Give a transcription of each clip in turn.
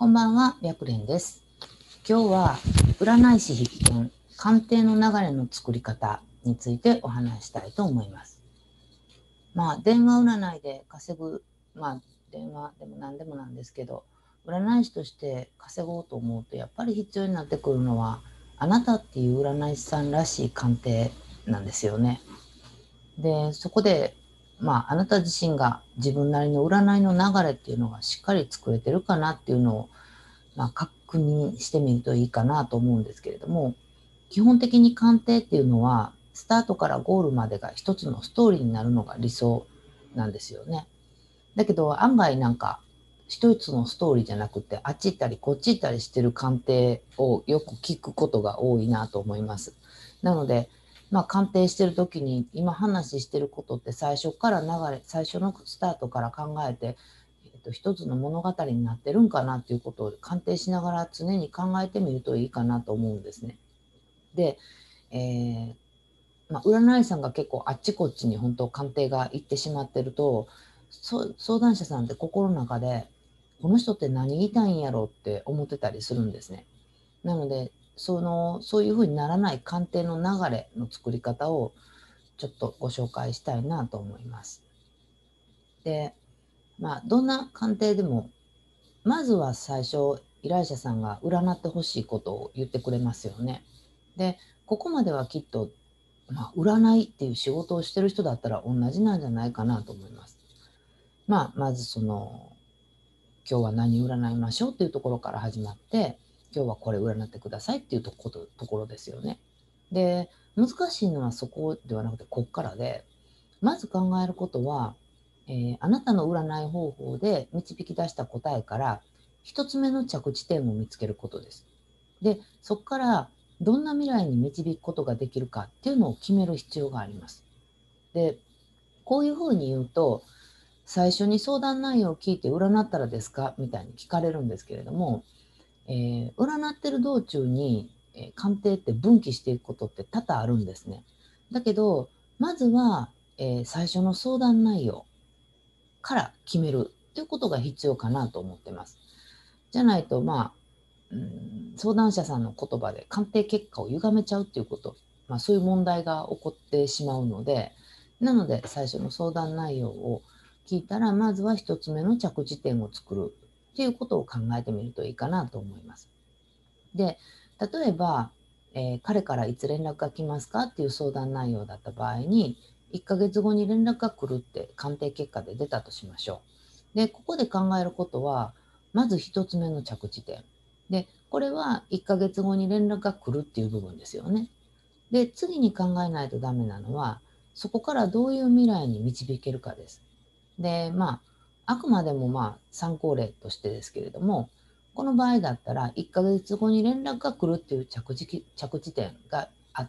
こんばんは、白蓮です。今日は占い師必見、鑑定の流れの作り方についてお話したいと思います。電話占いで稼ぐ、電話でも何でもなんですけど、占い師として稼ごうと思うとやっぱり必要になってくるのは、あなたっていう占い師さんらしい鑑定なんですよね。で、そこであなた自身が自分なりの占いの流れっていうのがしっかり作れてるかなっていうのを確認してみるといいかなと思うんですけれども、基本的に鑑定っていうのは、スタートからゴールまでが一つのストーリーになるのが理想なんですよね。だけど案外一つのストーリーじゃなくて、あっち行ったりこっち行ったりしてる鑑定をよく聞くことが多いなと思います。なので、鑑定してる時に今話してることって最初のスタートから考えて、一つの物語になってるんかなっていうことを鑑定しながら常に考えてみるといいかなと思うんですね。で、えー占い師さんが結構あっちこっちに本当鑑定が行ってしまってると、相談者さんって心の中で、この人って何言いたいんやろうって思ってたりするんですね。なので、そういうふうにならない鑑定の流れの作り方をちょっとご紹介したいなと思います。で、どんな鑑定でもまずは最初、依頼者さんが占ってほしいことを言ってくれますよね。で、ここまではきっと、占いっていう仕事をしてる人だったら同じなんじゃないかなと思います。まず今日は何占いましょうっていうところから始まって、今日はこれ占ってくださいっていうところですよね。で、難しいのはそこではなくて、こっからで、まず考えることは、あなたの占い方法で導き出した答えから一つ目の着地点を見つけることです。で、そこからどんな未来に導くことができるかっていうのを決める必要があります。で、こういうふうに言うと、最初に相談内容を聞いて占ったらですかみたいに聞かれるんですけれども、占ってる道中に、鑑定って分岐していくことって多々あるんですね。だけど、まずは、最初の相談内容から決めるということが必要かなと思ってます。じゃないと、相談者さんの言葉で鑑定結果を歪めちゃうっていうこと、そういう問題が起こってしまうので、なので最初の相談内容を聞いたら、まずは一つ目の着地点を作るっていうことを考えてみるといいかなと思います。で、例えば、彼からいつ連絡が来ますかっていう相談内容だった場合に、1ヶ月後に連絡が来るって鑑定結果で出たとしましょう。で、ここで考えることは、まず一つ目の着地点。で、これは1ヶ月後に連絡が来るっていう部分ですよね。で、次に考えないとダメなのは、そこからどういう未来に導けるかです。で、あくまでも参考例としてですけれども、この場合だったら1ヶ月後に連絡が来るっていう着地点があって、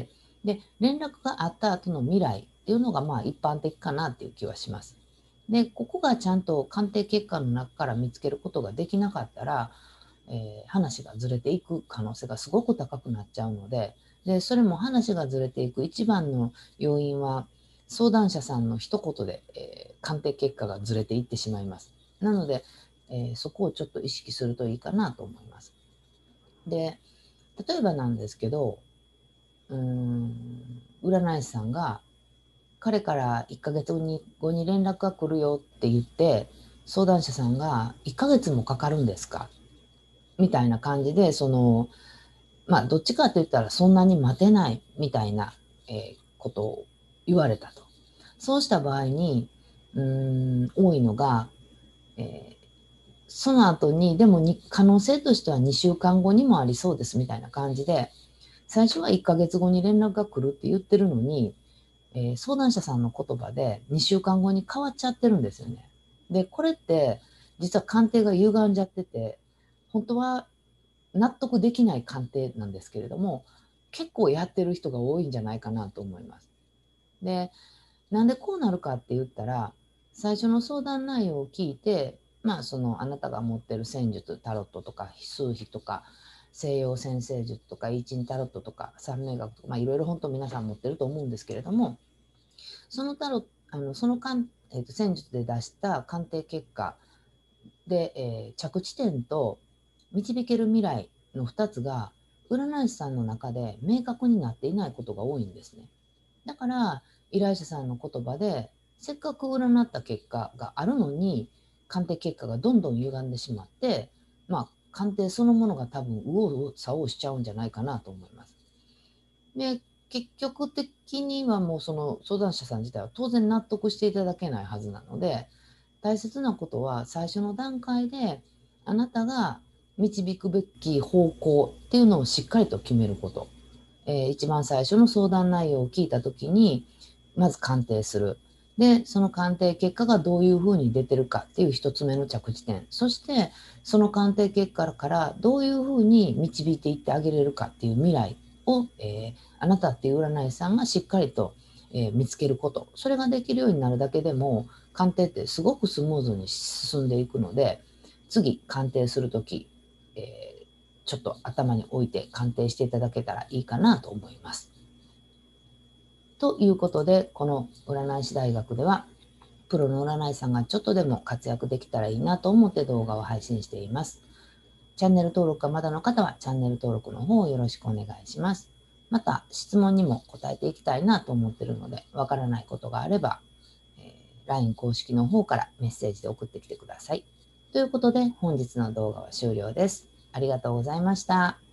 で、連絡があった後の未来っていうのが一般的かなっていう気はします。で、ここがちゃんと鑑定結果の中から見つけることができなかったら、話がずれていく可能性がすごく高くなっちゃうので、それも話がずれていく一番の要因は、相談者さんの一言で、鑑定結果がずれていってしまいます。なので、そこをちょっと意識するといいかなと思います。で、例えばなんですけど、占い師さんが彼から1ヶ月後に連絡が来るよって言って、相談者さんが1ヶ月もかかるんですかみたいな感じで、どっちかって言ったらそんなに待てないみたいな、ことを言われたと。そうした場合に、多いのが、えーその後に、でも可能性としては2週間後にもありそうですみたいな感じで、最初は1ヶ月後に連絡が来るって言ってるのに、相談者さんの言葉で2週間後に変わっちゃってるんですよね。で、これって実は鑑定が歪んじゃってて、本当は納得できない鑑定なんですけれども、結構やってる人が多いんじゃないかなと思います。で、なんでこうなるかって言ったら、最初の相談内容を聞いて、あなたが持ってる戦術、タロットとか、数秘とか、西洋占星術とか、イーチンタロットとか、三名学とか、いろいろ本当皆さん持ってると思うんですけれども、そのタロその戦術で出した鑑定結果で、着地点と導ける未来の2つが占い師さんの中で明確になっていないことが多いんですね。だから依頼者さんの言葉でせっかく占った結果があるのに鑑定結果がどんどん歪んでしまって、鑑定そのものが多分右往左往しちゃうんじゃないかなと思います。で、結局的にはもうその相談者さん自体は当然納得していただけないはずなので、大切なことは最初の段階であなたが導くべき方向っていうのをしっかりと決めること。一番最初の相談内容を聞いた時に、まず鑑定する。で、その鑑定結果がどういうふうに出てるかっていう一つ目の着地点。そして、その鑑定結果からどういうふうに導いていってあげれるかっていう未来を、あなたっていう占い師さんがしっかりと、見つけること。それができるようになるだけでも、鑑定ってすごくスムーズに進んでいくので、次、鑑定するとき、ちょっと頭に置いて鑑定していただけたらいいかなと思います。ということで、この占い師大学では、プロの占い師さんがちょっとでも活躍できたらいいなと思って動画を配信しています。チャンネル登録がまだの方はチャンネル登録の方をよろしくお願いします。また質問にも答えていきたいなと思っているので、わからないことがあれば、LINE 公式の方からメッセージで送ってきてください。ということで本日の動画は終了です。ありがとうございました。